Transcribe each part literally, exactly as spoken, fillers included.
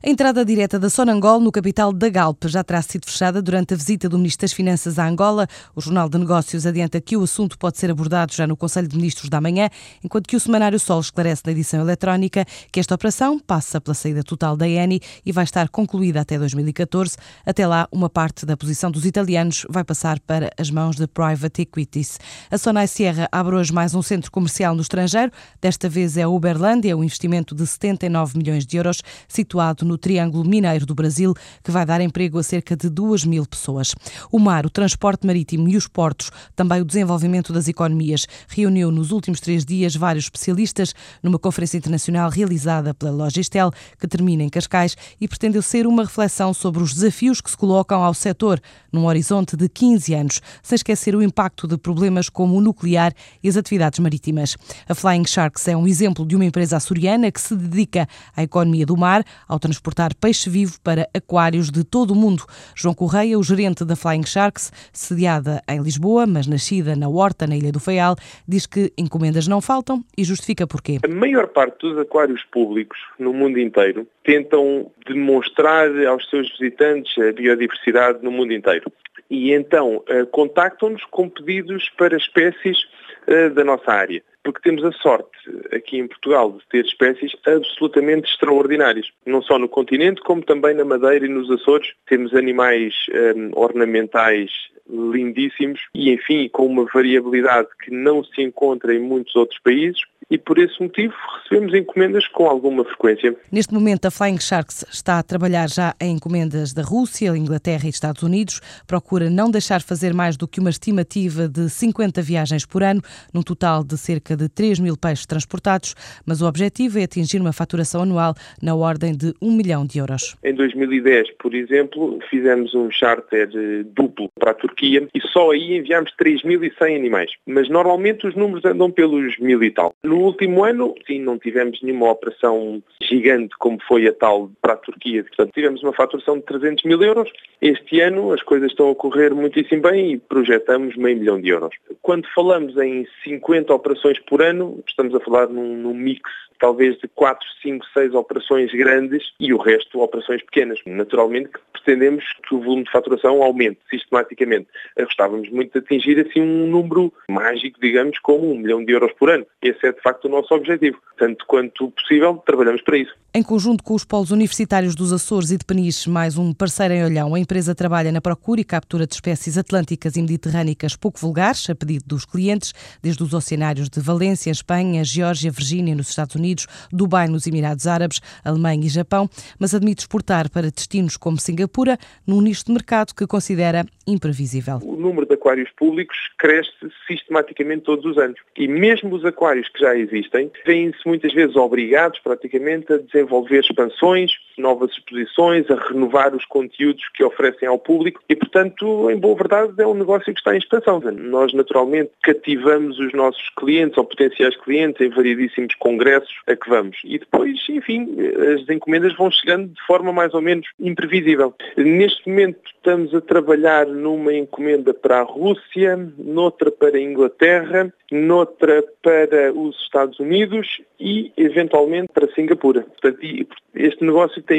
A entrada direta da Sonangol no capital da Galp já terá sido fechada durante a visita do Ministro das Finanças a Angola. O Jornal de Negócios adianta que o assunto pode ser abordado já no Conselho de Ministros da manhã, enquanto que o Semanário Sol esclarece na edição eletrónica que esta operação passa pela saída total da Eni e vai estar concluída até dois mil e catorze. Até lá, uma parte da posição dos italianos vai passar para as mãos de Private Equities. A Sonai Sierra abre hoje mais um centro comercial no estrangeiro. Desta vez é a Uberlândia, um investimento de setenta e nove milhões de euros, situado no Triângulo Mineiro do Brasil, que vai dar emprego a cerca de duas mil pessoas. O mar, o transporte marítimo e os portos, também o desenvolvimento das economias, reuniu nos últimos três dias vários especialistas numa conferência internacional realizada pela Logistel, que termina em Cascais, e pretendeu ser uma reflexão sobre os desafios que se colocam ao setor num horizonte de quinze anos, sem esquecer o impacto de problemas como o nuclear e as atividades marítimas. A Flying Sharks é um exemplo de uma empresa açoriana que se dedica à economia do mar, ao transportar peixe vivo para aquários de todo o mundo. João Correia, o gerente da Flying Sharks, sediada em Lisboa, mas nascida na Horta, na Ilha do Faial, diz que encomendas não faltam e justifica porquê. A maior parte dos aquários públicos no mundo inteiro tentam demonstrar aos seus visitantes a biodiversidade no mundo inteiro. E então contactam-nos com pedidos para espécies da nossa área, porque temos a sorte aqui em Portugal de ter espécies absolutamente extraordinárias, não só no continente como também na Madeira e nos Açores. Temos animais um, ornamentais lindíssimos e, enfim, com uma variabilidade que não se encontra em muitos outros países. E por esse motivo recebemos encomendas com alguma frequência. Neste momento a Flying Sharks está a trabalhar já em encomendas da Rússia, Inglaterra e Estados Unidos. Procura não deixar fazer mais do que uma estimativa de cinquenta viagens por ano, num total de cerca de três mil peixes transportados, mas o objetivo é atingir uma faturação anual na ordem de um milhão de euros. Em dois mil e dez, por exemplo, fizemos um charter duplo para a Turquia e só aí enviámos três mil e cem animais, mas normalmente os números andam pelos mil e tal. No último ano, sim, não tivemos nenhuma operação gigante como foi a tal para a Turquia. Portanto, tivemos uma faturação de trezentos mil euros. Este ano as coisas estão a correr muitíssimo bem e projetamos meio milhão de euros. Quando falamos em cinquenta operações por ano, estamos a falar num, num mix talvez de quatro, cinco, seis operações grandes e o resto operações pequenas. Naturalmente que pretendemos que o volume de faturação aumente sistematicamente. Gostávamos muito de atingir assim um número mágico, digamos, como um milhão de euros por ano. Esse é de facto o nosso objetivo. Tanto quanto possível, trabalhamos para isso. Em conjunto com os polos universitários dos Açores e de Peniche, mais um parceiro em Olhão, a empresa trabalha na procura e captura de espécies atlânticas e mediterrânicas pouco vulgares, a pedido dos clientes, desde os oceanários de Valência, Espanha, Geórgia, Virgínia, nos Estados Unidos, Dubai, nos Emirados Árabes, Alemanha e Japão, mas admite exportar para destinos como Singapura, num nicho de mercado que considera imprevisível. O número de aquários públicos cresce sistematicamente todos os anos. E mesmo os aquários que já existem, vêm-se muitas vezes obrigados praticamente a desenvolver expansões, novas exposições, a renovar os conteúdos que oferecem ao público e, portanto, em boa verdade, é um negócio que está em expansão. Nós, naturalmente, cativamos os nossos clientes ou potenciais clientes em variedíssimos congressos a que vamos. E depois, enfim, as encomendas vão chegando de forma mais ou menos imprevisível. Neste momento estamos a trabalhar numa encomenda para a Rússia, noutra para a Inglaterra, noutra para os Estados Unidos e, eventualmente, para Singapura. Portanto, este negócio tem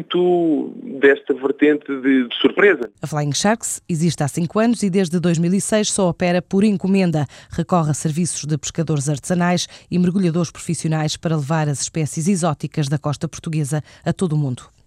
muito desta vertente de, de surpresa. A Flying Sharks existe há cinco anos e desde dois mil e seis só opera por encomenda. Recorre a serviços de pescadores artesanais e mergulhadores profissionais para levar as espécies exóticas da costa portuguesa a todo o mundo.